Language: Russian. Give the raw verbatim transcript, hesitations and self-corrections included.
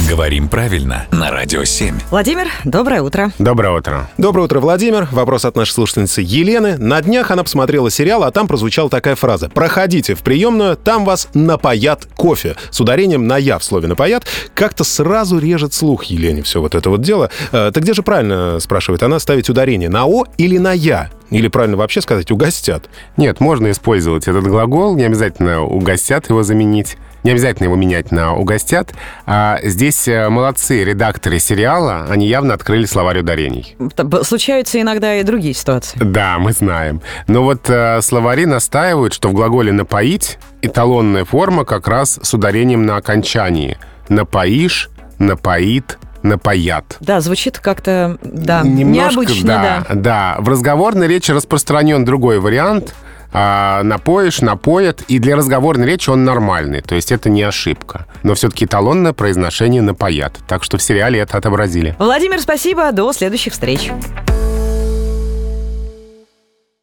Говорим правильно на Радио семь. Владимир, доброе утро. Доброе утро. Доброе утро, Владимир. Вопрос от нашей слушательницы Елены. На днях она посмотрела сериал, а там прозвучала такая фраза: «Проходите в приемную, там вас напоят кофе». С ударением на «я» в слове «напоят». Как-то сразу режет слух Елене все вот это вот дело. Э, так где же правильно, спрашивает она, ставить ударение? На «о» или на «я»? Или правильно вообще сказать «угостят»? Нет, можно использовать этот глагол, не обязательно «угостят» его заменить. Не обязательно его менять на «угостят». А здесь молодцы редакторы сериала, они явно открыли словарь ударений. Случаются иногда и другие ситуации. Да, мы знаем. Но вот э, словари настаивают, что в глаголе «напоить» эталонная форма как раз с ударением на окончании. «Напоишь», «напоит», «напоят». Да, звучит как-то, да, Немножко, необычно, да, да. да. В разговорной речи распространен другой вариант. А, напоишь, напоят, и для разговорной речи он нормальный, то есть это не ошибка. Но все-таки эталонное произношение «напоят». Так что в сериале это отобразили. Владимир, спасибо, до следующих встреч.